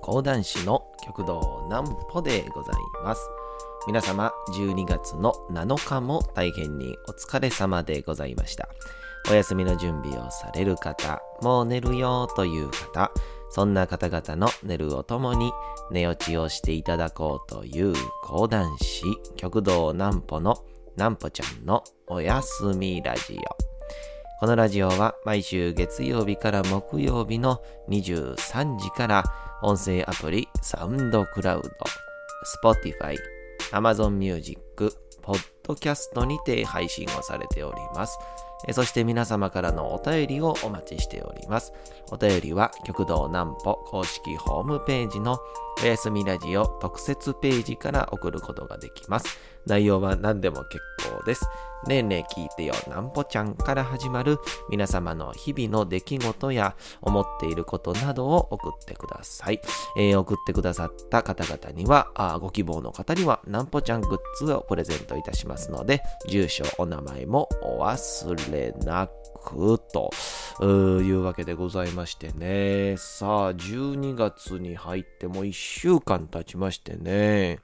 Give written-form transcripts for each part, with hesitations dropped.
講談師の極道南歩でございます。皆様12月の7日も大変にお疲れ様でございました。お休みの準備をされる方、もう寝るよという方、そんな方々の寝るをともに寝落ちをしていただこうという講談師極道南歩の南歩ちゃんのおやすみラジオ。このラジオは毎週月曜日から木曜日の23時から音声アプリサウンドクラウド、Spotify、Amazon Music、ポッドキャストにて配信をされております。そして皆様からのお便りをお待ちしております。お便りは極道南歩公式ホームページのおやすみラジオ特設ページから送ることができます。内容は何でも結構です。ねえねえ聞いてよ南歩ちゃんから始まる皆様の日々の出来事や思っていることなどを送ってください。送ってくださった方々にはご希望の方には南歩ちゃんグッズをプレゼントいたしますので、住所お名前もお忘れなくというわけでございましてね。さあ12月に入っても1週間経ちましてね、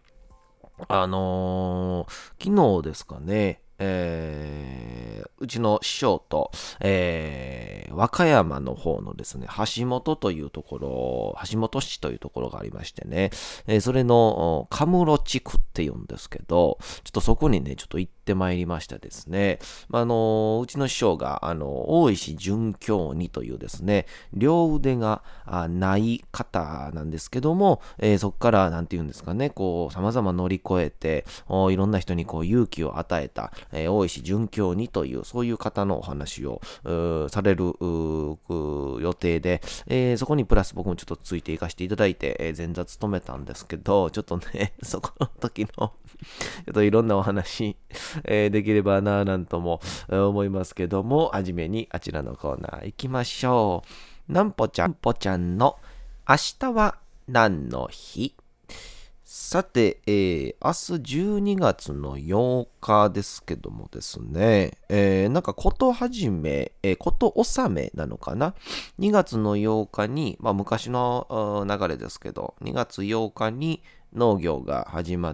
昨日ですかね、うちの師匠と、和歌山の方のですね、橋本というところ、橋本市というところがありましてね、それのカムロ地区って言うんですけど、ちょっとそこにね、ちょっと行ってまいりましたですね。うちの師匠が、大石准教にというですね、両腕がない方なんですけども、そこから、なんて言うんですかね、こう、様々乗り越えて、いろんな人にこう勇気を与えた、大石准教にというそういう方のお話をされる予定で、そこにプラス僕もちょっとついていかせていただいて、前座務めたんですけど、ちょっとねそこの時のちょっといろんなお話、できればなぁなんとも思いますけども、はじめにあちらのコーナー行きましょう。なんぽちゃんの明日は何の日。さて、明日12月の8日ですけどもですね、なんかこと始め、こと納めなのかな。2月の8日に、昔の流れですけど、2月8日に農業が始まって、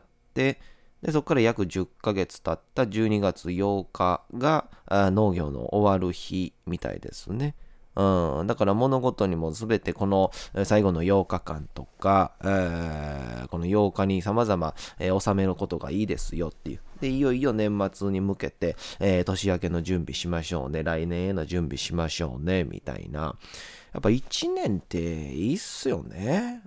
でそこから約10ヶ月経った12月8日が農業の終わる日みたいですね。だから物事にも全てこの最後の8日間とか、この8日に様々、収めることがいいですよっていう。で、いよいよ年末に向けて、年明けの準備しましょうね。来年への準備しましょうね。みたいな。やっぱ1年っていいっすよね。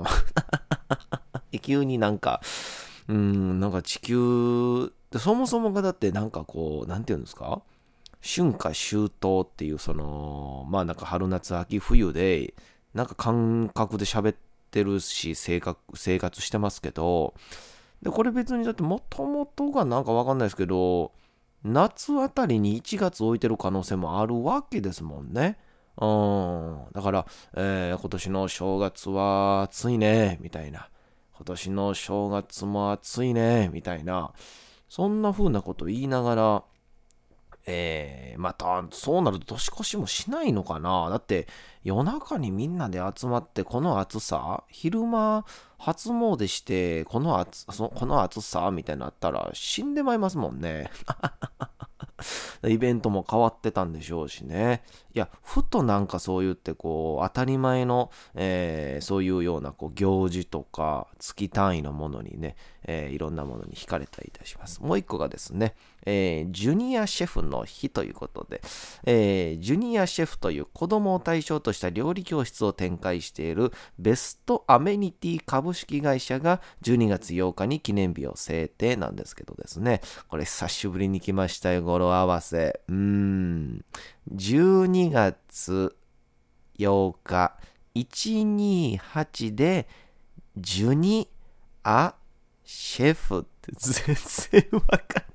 急になんか地球、そもそもがだってなんかこう、なんていうんですか、春夏秋冬っていうそのなんか春夏秋冬でなんか感覚で喋ってるし生活してますけど、でこれ別にだってもともとがなんかわかんないですけど、夏あたりに1月置いてる可能性もあるわけですもんね。だから、今年の正月は暑いねみたいな、今年の正月も暑いねみたいな、そんな風なこと言いながら、またそうなると年越しもしないのかな。だって夜中にみんなで集まってこの暑さ、昼間初詣してこの暑さみたいになったら死んでまいりますもんね。イベントも変わってたんでしょうしね。いや、ふとなんかそう言ってこう当たり前の、そういうようなこう行事とか月単位のものにね、いろんなものに惹かれたりいたします。もう一個がですね、ジュニアシェフの日ということで、ジュニアシェフという子供を対象とした料理教室を展開しているベストアメニティ株式会社が12月8日に記念日を制定なんですけどですね、これ久しぶりに来ましたよ、語呂合わせ。12月8日128でジュニアシェフって全然わ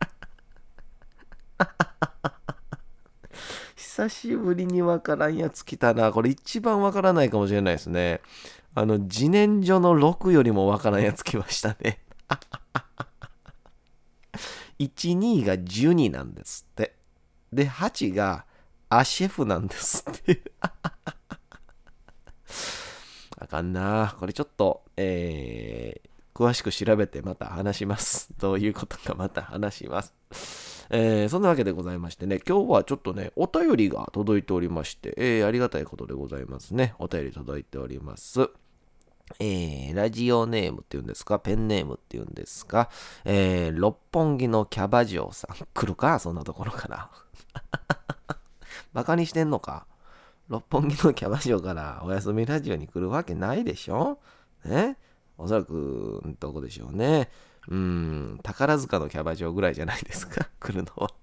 からん。久しぶりにわからんやつ来たな。これ一番わからないかもしれないですね。自然薯の6よりもわからんやつ来ましたね。1、2が12なんですって。で、8がアシェフなんですって。あかんな。これちょっと、詳しく調べてまた話します。どういうことかまた話します。そんなわけでございましてね、今日はちょっとね、お便りが届いておりまして、ありがたいことでございますね。お便り届いております。ラジオネームっていうんですか、ペンネームっていうんですか、六本木のキャバ嬢さん。来るかそんなところから。バカにしてんのか。六本木のキャバ嬢からおやすみラジオに来るわけないでしょね。おそらく、どこでしょうね。宝塚のキャバ嬢ぐらいじゃないですか。来るのは。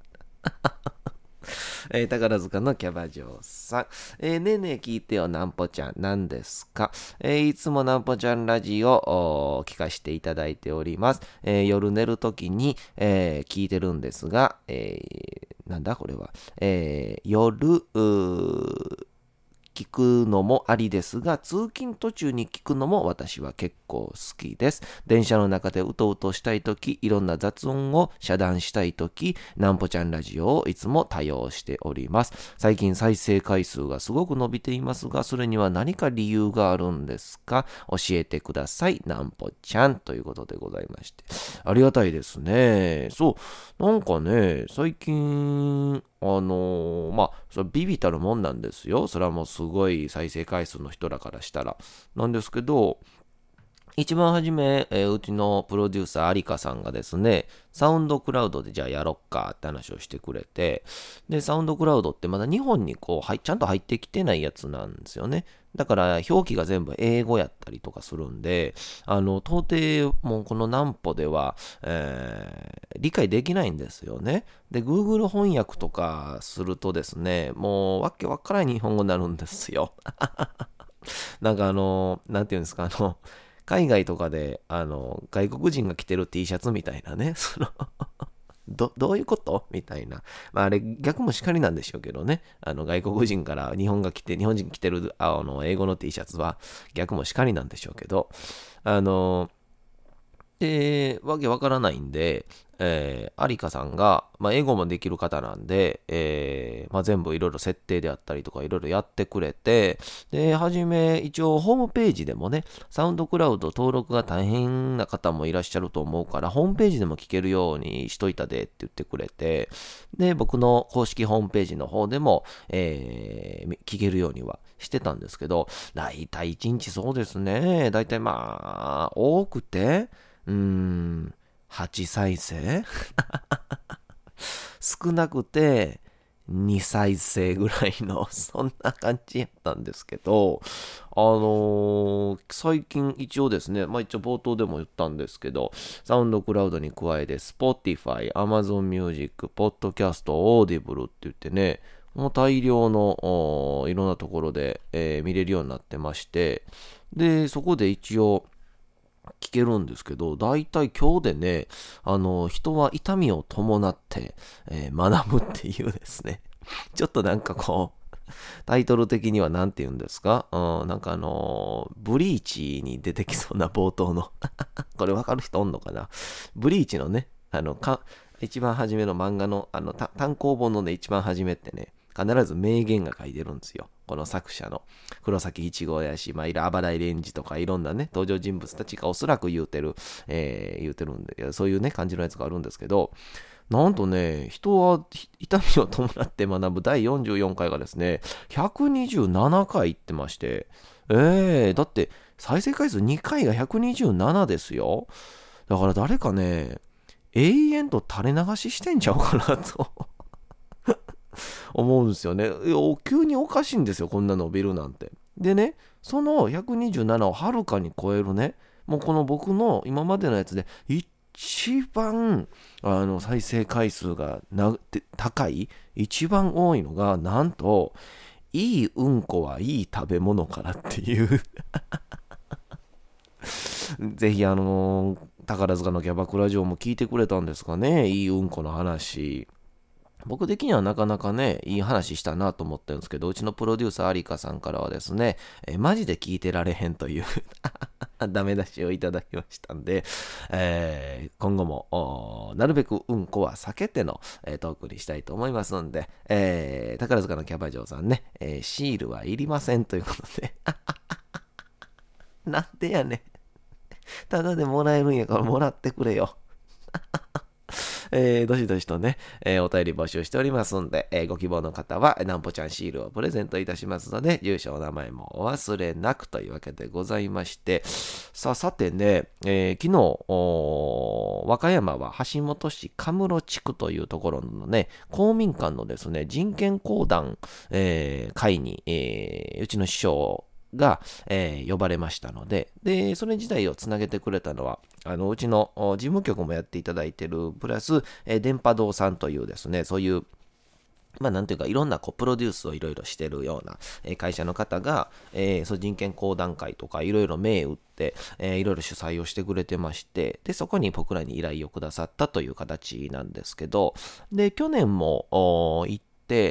宝塚のキャバ嬢さん。ねえねえ聞いてよ、なんぽちゃん。何ですか？いつもなんぽちゃんラジオを聞かせていただいております。夜寝るときに、聞いてるんですが、なんだこれは。夜、聞くのもありですが、通勤途中に聞くのも私は結構好きです。電車の中でうとうとしたいとき、いろんな雑音を遮断したいとき、なんぽちゃんラジオをいつも多用しております。最近再生回数がすごく伸びていますが、それには何か理由があるんですか？教えてください。なんぽちゃんということでございまして。ありがたいですね。そう、なんかね、最近、それビビたるもんなんですよ。それはもうすごい再生回数の人らからしたら。なんですけど、一番初め、うちのプロデューサー、有香さんがですね、サウンドクラウドでじゃあやろっかって話をしてくれて、で、サウンドクラウドってまだ日本にちゃんと入ってきてないやつなんですよね。だから表記が全部英語やったりとかするんで、到底もうこの南歩では、理解できないんですよね。で、Google 翻訳とかするとですね、もうわけわからない日本語になるんですよ。なんかなんていうんですか、海外とかで、外国人が着てる T シャツみたいなね、どういうことみたいな。まあ、あれ、逆もしかりなんでしょうけどね。外国人から日本人着てる、英語の T シャツは逆もしかりなんでしょうけど、わけわからないんで、有香さんが、英語もできる方なんで、全部いろいろ設定であったりとかいろいろやってくれて、で、はじめ、一応ホームページでもね、サウンドクラウド登録が大変な方もいらっしゃると思うから、ホームページでも聞けるようにしといたでって言ってくれて、で、僕の公式ホームページの方でも、聞けるようにはしてたんですけど、だいたい1日そうですね、だいたい多くて、8再生少なくて2再生ぐらいのそんな感じやったんですけど、最近一応ですね、一応冒頭でも言ったんですけど、サウンドクラウドに加えて Spotify、Amazon Music、Podcast、Audible って言ってね、もう大量のいろんなところで、見れるようになってまして、で、そこで一応聞けるんですけど、だいたい今日でね、人は痛みを伴って、学ぶっていうですね、ちょっとなんかタイトル的には何て言うんですか、なんかブリーチに出てきそうな冒頭のこれわかる人おんのかな？ブリーチのね、一番初めの漫画の、単行本のね、一番初めってね、必ず名言が書いてるんですよ。この作者の黒崎一護やし、あばらいレンジとかいろんなね、登場人物たちがおそらく言うてるんで、そういうね、感じのやつがあるんですけど、なんとね、人は痛みを伴って学ぶ第44回がですね、127回いってまして、だって再生回数2回が127ですよ。だから誰かね、永遠と垂れ流ししてんちゃうかなと思うんですよね。急におかしいんですよ、こんな伸びるなんて。でね、その127をはるかに超えるね、もうこの僕の今までのやつで一番再生回数が高い、一番多いのが、なんと、いいうんこはいい食べ物からっていうぜひ宝塚のキャバクラ嬢も聞いてくれたんですかね、いいうんこの話。僕的にはなかなかね、いい話したなと思ってるんですけど、うちのプロデューサー有香さんからはですね、マジで聞いてられへんというダメ出しをいただきましたんで、今後もなるべくうんこは避けての、トークにしたいと思いますんで、宝塚のキャバ嬢さんね、シールはいりませんということでなんでやねん。ただでもらえるんやからもらってくれよ。どしどしとね、お便り募集しておりますんで、ご希望の方は、なんぽちゃんシールをプレゼントいたしますので、住所、お名前もお忘れなくというわけでございまして、さてね、昨日、和歌山は橋本市神室地区というところのね、公民館のですね、人権講談、会に、うちの師匠が、呼ばれましたので、で、それ自体をつなげてくれたのは、うちの事務局もやっていただいている、プラス、電波堂さんというですね、そういう、なんていうか、いろんなプロデュースをいろいろしてるような、会社の方が、そう人権講談会とかいろいろ銘打って、いろいろ主催をしてくれてまして、で、そこに僕らに依頼をくださったという形なんですけど、で、去年も行って、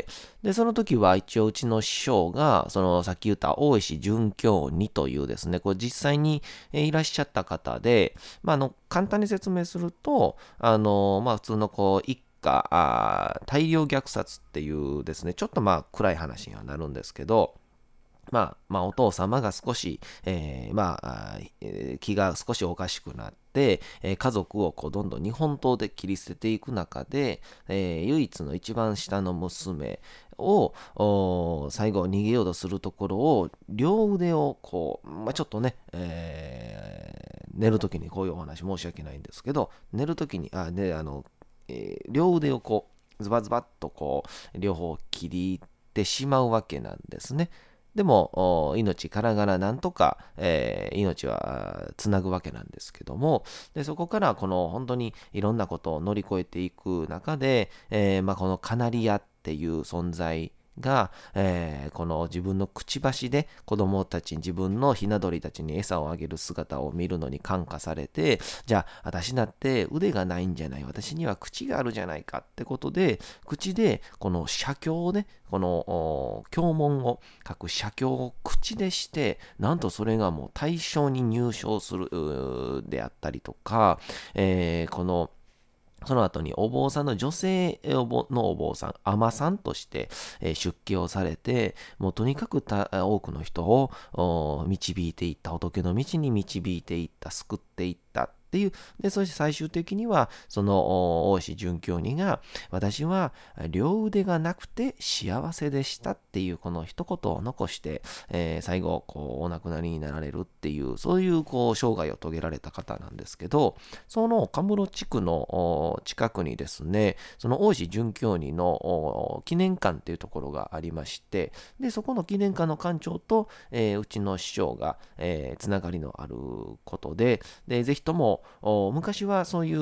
で、その時は一応うちの師匠が、そのさっき言った大石准教にというですね、これ実際にいらっしゃった方で、簡単に説明すると、普通の一家大量虐殺っていうですね、ちょっと暗い話にはなるんですけど、お父様が少し、気が少しおかしくなって、家族をどんどん日本刀で切り捨てていく中で、唯一の一番下の娘を最後逃げようとするところを両腕をちょっとね、寝るときにこういうお話申し訳ないんですけど、寝るときに両腕をズバズバっと両方切りてしまうわけなんですね。でも、命からがらなんとか、命はつなぐわけなんですけども、でそこから本当にいろんなことを乗り越えていく中で、このカナリアっていう存在が、この自分のくちばしで子供たちに自分のひな鳥たちに餌をあげる姿を見るのに感化されて、じゃあ私だって腕がないんじゃない、私には口があるじゃないかってことで、口でこの写経をね、この経文を書く写経を口でして、なんとそれがもう大賞に入賞するであったりとか、その後にお坊さんの女性のお坊さん、尼さんとして出家をされて、もうとにかく多くの人を導いていった、仏の道に導いていった、救っていったっていう、で、そして最終的には、その大石准教仁が、私は両腕がなくて幸せでしたっていうこの一言を残して、最後、お亡くなりになられるっていう、そういう生涯を遂げられた方なんですけど、その神室地区の近くにですね、その大石准教仁の記念館っていうところがありまして、で、そこの記念館の館長と、うちの師匠が、つながりのあることで、ぜひとも、昔はそういう、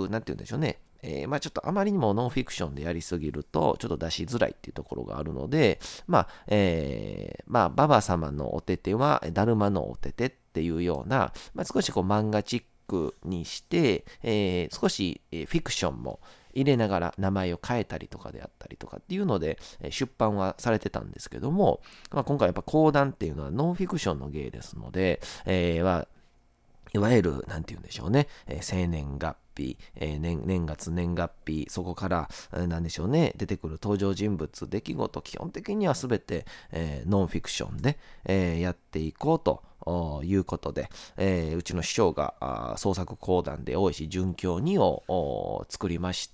なんて言うんでしょうね、ちょっとあまりにもノンフィクションでやりすぎると、ちょっと出しづらいっていうところがあるので、ババ様のお手手は、だるまのお手手っていうような、少し漫画チックにして、少しフィクションも入れながら名前を変えたりとかであったりとかっていうので、出版はされてたんですけども、今回やっぱ講談っていうのはノンフィクションの芸ですので、いわゆる、なんて言うんでしょうね、生年月日、年月年月日、そこから、なんでしょうね、出てくる登場人物、出来事、基本的にはすべて、ノンフィクションで、やっていこうということで、うちの師匠が創作講談で大石准教仁を作りまして、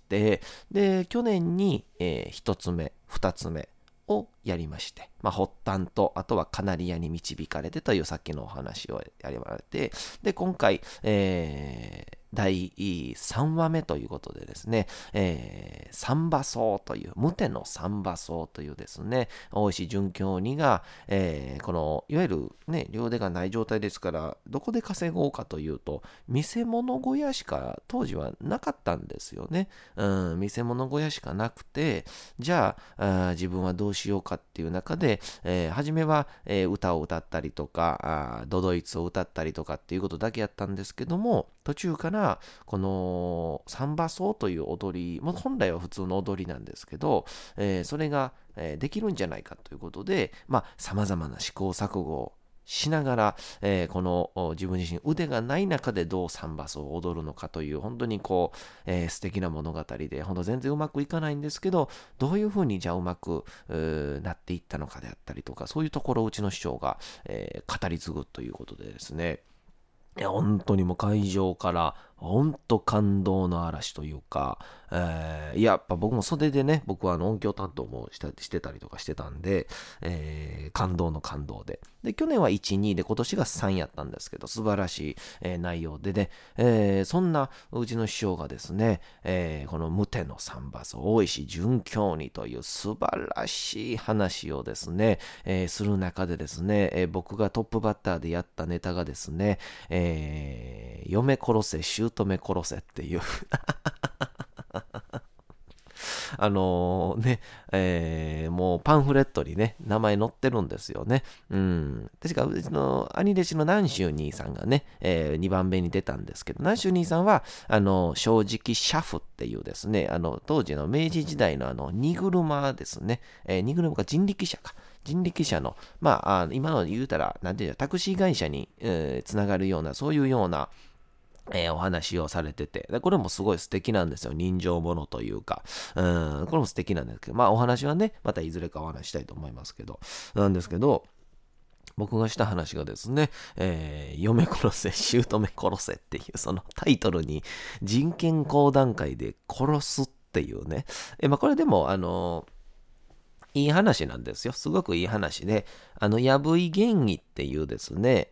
で、去年に、一つ目、二つ目、をやりまして、発端と、あとはカナリアに導かれてというさっきのお話をやりまして、で、今回、第3話目ということでですね、三馬荘という、無手の三馬荘というですね、大石准教仁が、この、いわゆるね、両腕がない状態ですから、どこで稼ごうかというと、見せ物小屋しか当時はなかったんですよね。見せ物小屋しかなくて、じゃあ、自分はどうしようかっていう中で、初めは、歌を歌ったりとか、都々逸を歌ったりとかっていうことだけやったんですけども、途中からこのサンバソウという踊り、本来は普通の踊りなんですけど、それができるんじゃないかということで、様々な試行錯誤をしながら、この自分自身腕がない中でどうサンバスを踊るのかという本当に素敵な物語で、本当全然うまくいかないんですけど、どういうふうにじゃあうまくなっていったのかであったりとか、そういうところをうちの師匠が、語り継ぐということでですね、いや本当にもう会場から本当感動の嵐というか、やっぱ僕も袖でね、僕は音響担当もしてたりとかしてたんで、感動の感動で。で、去年は1、2で今年が3やったんですけど、素晴らしい、内容でね、そんなうちの師匠がですね、この無手のサンバス大石准教にという素晴らしい話をですね、する中でですね、僕がトップバッターでやったネタがですね、嫁殺せ、姑殺せっていうもうパンフレットにね、名前載ってるんですよね。確か、うちの兄弟子の南州兄さんがね、2番目に出たんですけど、南州兄さんは、正直車夫っていうですね、当時の明治時代の荷車ですね、荷車か人力車か。人力車の、今の言うたら、なんていうの、タクシー会社に、つながるような、そういうような、お話をされてて、でこれもすごい素敵なんですよ。人情ものというか。これも素敵なんですけど、お話はね、またいずれかお話したいと思いますけど、なんですけど、僕がした話がですね、嫁殺せ、姑殺せっていうそのタイトルに人権講談会で殺すっていうね。これでも、いい話なんですよ。すごくいい話で、藪井玄義っていうですね、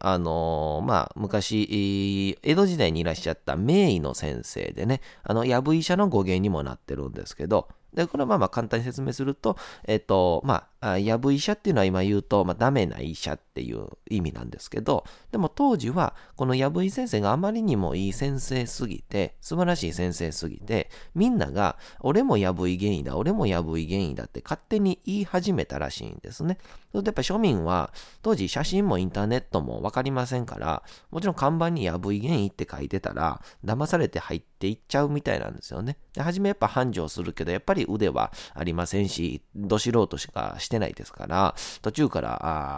昔、江戸時代にいらっしゃった名医の先生でね、藪医者の語源にもなってるんですけど、で、これは簡単に説明すると、藪医者っていうのは今言うと、ダメな医者っていう意味なんですけど、でも当時は、この藪井先生があまりにもいい先生すぎて、素晴らしい先生すぎて、みんなが、俺も藪井玄医だ、俺も藪井玄医だって勝手に言い始めたらしいんですね。それでやっぱ庶民は、当時写真もインターネットもわかりませんから、もちろん看板に藪井玄医って書いてたら、騙されて入っていっちゃうみたいなんですよね。で、初めやっぱ繁盛するけど、やっぱり腕はありませんし、ど素人しかしてないですから、途中から、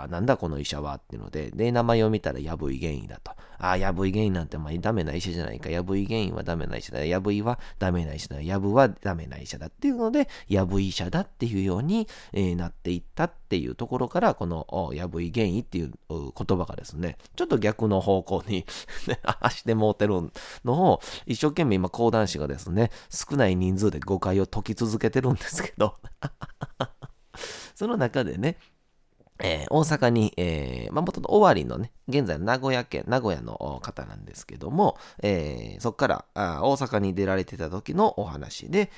なんだこの医者はっていうので、名前を見たら藪井玄医だと。藪井玄医なんてダメな医者じゃないか。藪井玄医はダメな医者だ。藪井はダメな医者だ。藪はダメな医者だっていうので、藪医者だっていうように、なっていったっていうところから、この藪井玄医っていう言葉がですね、ちょっと逆の方向にしてもうてるのを、一生懸命今講談師がですね、少ない人数で誤解を解き続けてるんですけどその中でね、大阪に、元々尾張のね、現在の名古屋の方なんですけども、そこから大阪に出られてた時のお話で、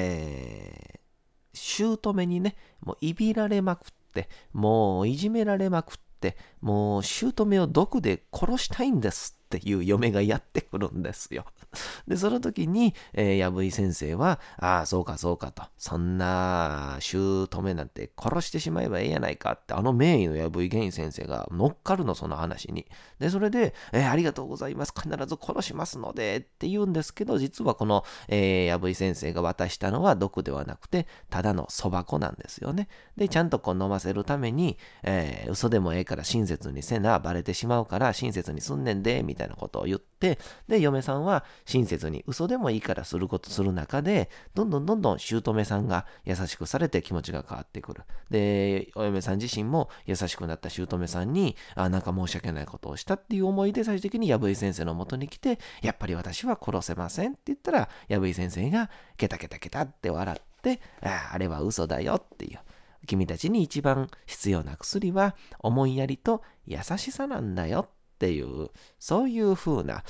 姑にね、もういびられまくって、もういじめられまくって、もう姑を毒で殺したいんですっていう嫁がやってくるんですよ。で、その時に、藪井先生は、そうかそうかと、そんな姑なんて殺してしまえばええやないかって、名医の藪井玄医先生が乗っかるの、その話に。で、それで、ありがとうございます、必ず殺しますのでって言うんですけど、実はこの、藪井先生が渡したのは毒ではなくて、ただのそば粉なんですよね。で、ちゃんと飲ませるために、嘘でもええから親切にせな、バレてしまうから親切にすんねんで、みたいなことを言って、で、嫁さんは親切に嘘でもいいからする中で、どんどん姑さんが優しくされて気持ちが変わってくる。で、お嫁さん自身も優しくなった姑さんに、なんか申し訳ないことをしたっていう思いで最終的に藪井先生の元に来て、やっぱり私は殺せませんって言ったら、藪井先生がケタケタケタって笑って、あれは嘘だよっていう。君たちに一番必要な薬は思いやりと優しさなんだよっていう、そういう風な、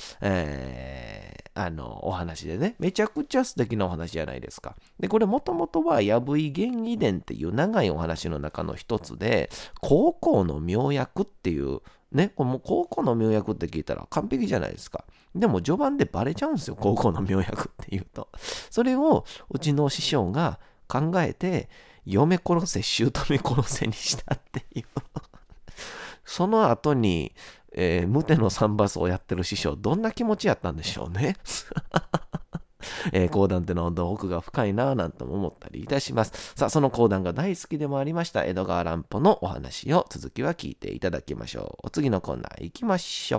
お話でね、めちゃくちゃ素敵なお話じゃないですか。で、これもともとは藪井玄義伝っていう長いお話の中の一つで、高校の妙薬っていう、ね、これもう高校の妙薬って聞いたら完璧じゃないですか。でも序盤でバレちゃうんですよ、高校の妙薬っていうと。それをうちの師匠が考えて、嫁殺せ、姑殺せにしたっていう。その後に、無手のサンバスをやってる師匠、どんな気持ちやったんでしょうね。 講談ってのは本当奥が深いなぁなんとも思ったりいたします。さあ、その講談が大好きでもありました江戸川乱歩のお話を続きは聞いていただきましょう。お次のコーナー行きましょう。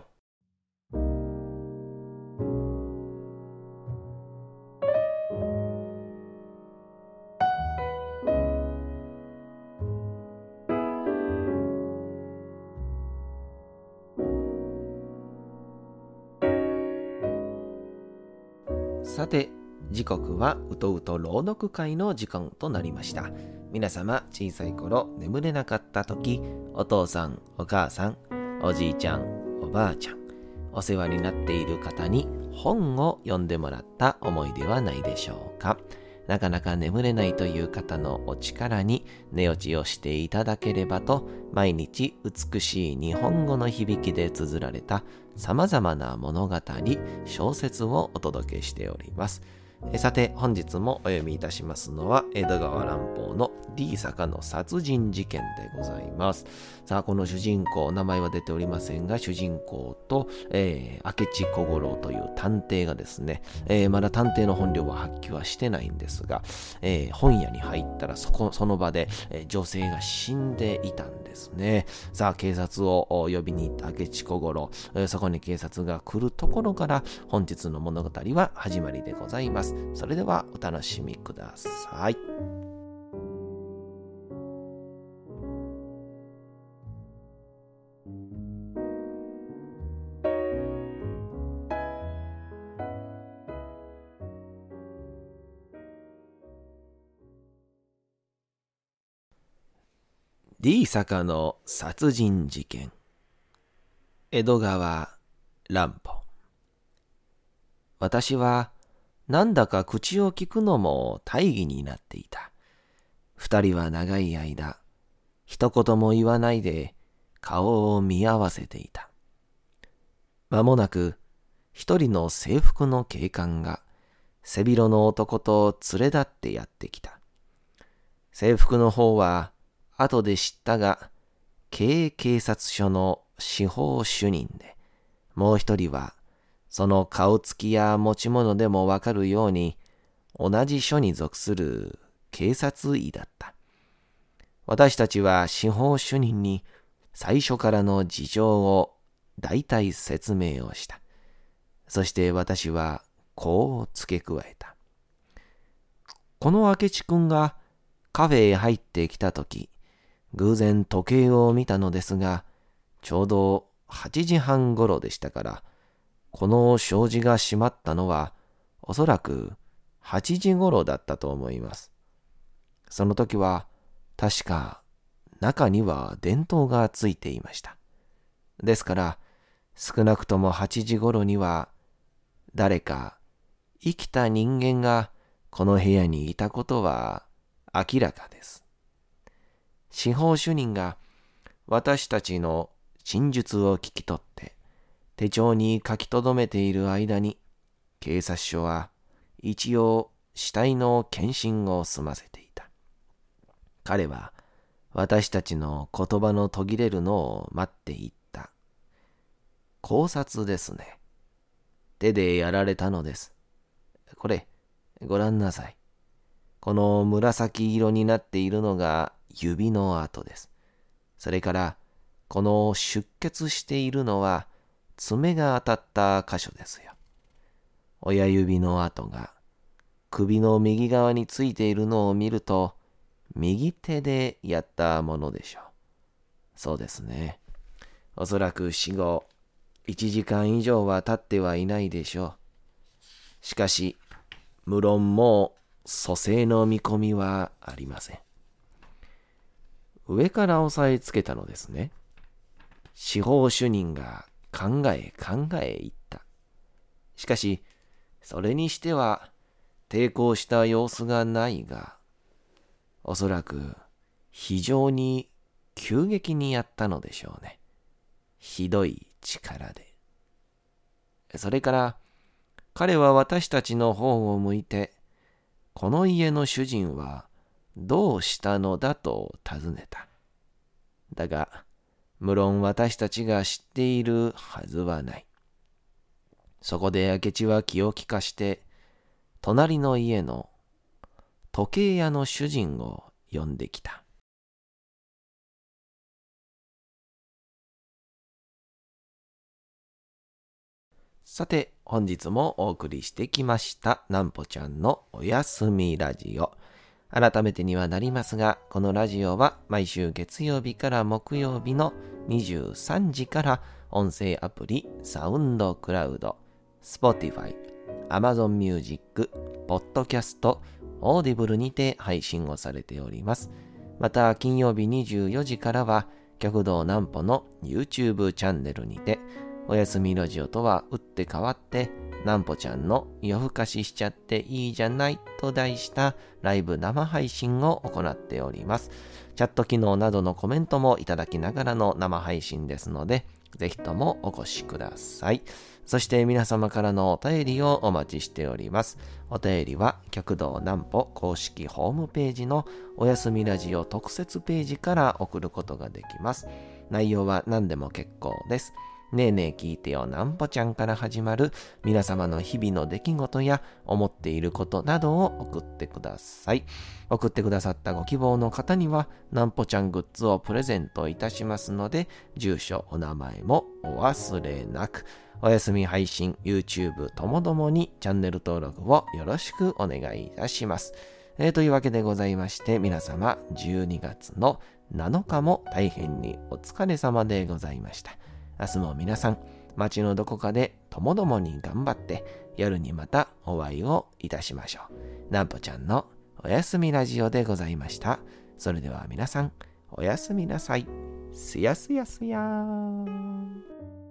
さて、時刻はうとうと朗読会の時間となりました。皆様、小さい頃眠れなかった時、お父さん、お母さん、おじいちゃん、おばあちゃん、お世話になっている方に本を読んでもらった思いではないでしょうか。なかなか眠れないという方のお力に寝落ちをしていただければと、毎日美しい日本語の響きで綴られた様々な物語、小説をお届けしております。さて、本日もお読みいたしますのは江戸川乱歩の D 坂の殺人事件でございます。さあ、この主人公、名前は出ておりませんが、主人公と、明智小五郎という探偵がですね、まだ探偵の本領は発揮はしてないんですが、本屋に入ったらその場で、女性が死んでいたんですね。さあ、警察を呼びに行った明智小五郎、そこに警察が来るところから本日の物語は始まりでございます。それではお楽しみください。D 坂の殺人事件。江戸川乱歩。私はなんだか口を聞くのも大儀になっていた。二人は長い間、一言も言わないで顔を見合わせていた。間もなく一人の制服の警官が背広の男と連れ立ってやってきた。制服の方は後で知ったが、警察署の司法主任で、もう一人はその顔つきや持ち物でもわかるように、同じ署に属する警察医だった。私たちは司法主任に最初からの事情を大体説明をした。そして私はこう付け加えた。この明智君がカフェへ入ってきたとき、偶然時計を見たのですが、ちょうど8時半ごろでしたから、この障子が閉まったのはおそらく8時ごろだったと思います。その時は確か中には電灯がついていました。ですから少なくとも8時ごろには誰か生きた人間がこの部屋にいたことは明らかです。司法主任が私たちの陳述を聞き取って手帳に書き留めている間に、警察署は一応死体の検診を済ませていた。彼は私たちの言葉の途切れるのを待っていった。絞殺ですね。手でやられたのです。これ、ご覧なさい。この紫色になっているのが指の跡です。それから、この出血しているのは、爪が当たった箇所ですよ。親指の跡が首の右側についているのを見ると、右手でやったものでしょう。そうですね。おそらく死後1時間以上は経ってはいないでしょう。しかし、無論もう蘇生の見込みはありません。上から押さえつけたのですね。司法主任が考え言った。しかし、それにしては抵抗した様子がないが、おそらく非常に急激にやったのでしょうね。ひどい力で。それから彼は私たちの方を向いて、この家の主人はどうしたのだと尋ねた。だが、無論私たちが知っているはずはない。そこで明智は気を利かして、 隣の家の時計屋の主人を呼んできた。さて、本日もお送りしてきましたなんぽちゃんのおやすみラジオ。改めてにはなりますが、このラジオは毎週月曜日から木曜日の23時から音声アプリサウンドクラウド、Spotify、Amazon Music、Podcast、Audible にて配信をされております。また金曜日24時からは極道南歩の YouTube チャンネルにて、おやすみラジオとは打って変わってなんぽちゃんの夜更かししちゃっていいじゃないと題したライブ生配信を行っております。チャット機能などのコメントもいただきながらの生配信ですので、ぜひともお越しください。そして皆様からのお便りをお待ちしております。お便りは極道南歩公式ホームページのおやすみラジオ特設ページから送ることができます。内容は何でも結構です。ねえねえ聞いてよなんぽちゃんから始まる皆様の日々の出来事や思っていることなどを送ってください。送ってくださったご希望の方にはなんぽちゃんグッズをプレゼントいたしますので、住所お名前もお忘れなく。おやすみ配信 YouTube ともどもにチャンネル登録をよろしくお願いいたします。というわけでございまして、皆様12月の7日も大変にお疲れ様でございました。明日も皆さん、街のどこかでともどもに頑張って、夜にまたお会いをいたしましょう。なんぽちゃんのおやすみラジオでございました。それでは皆さん、おやすみなさい。すやすやすやーん。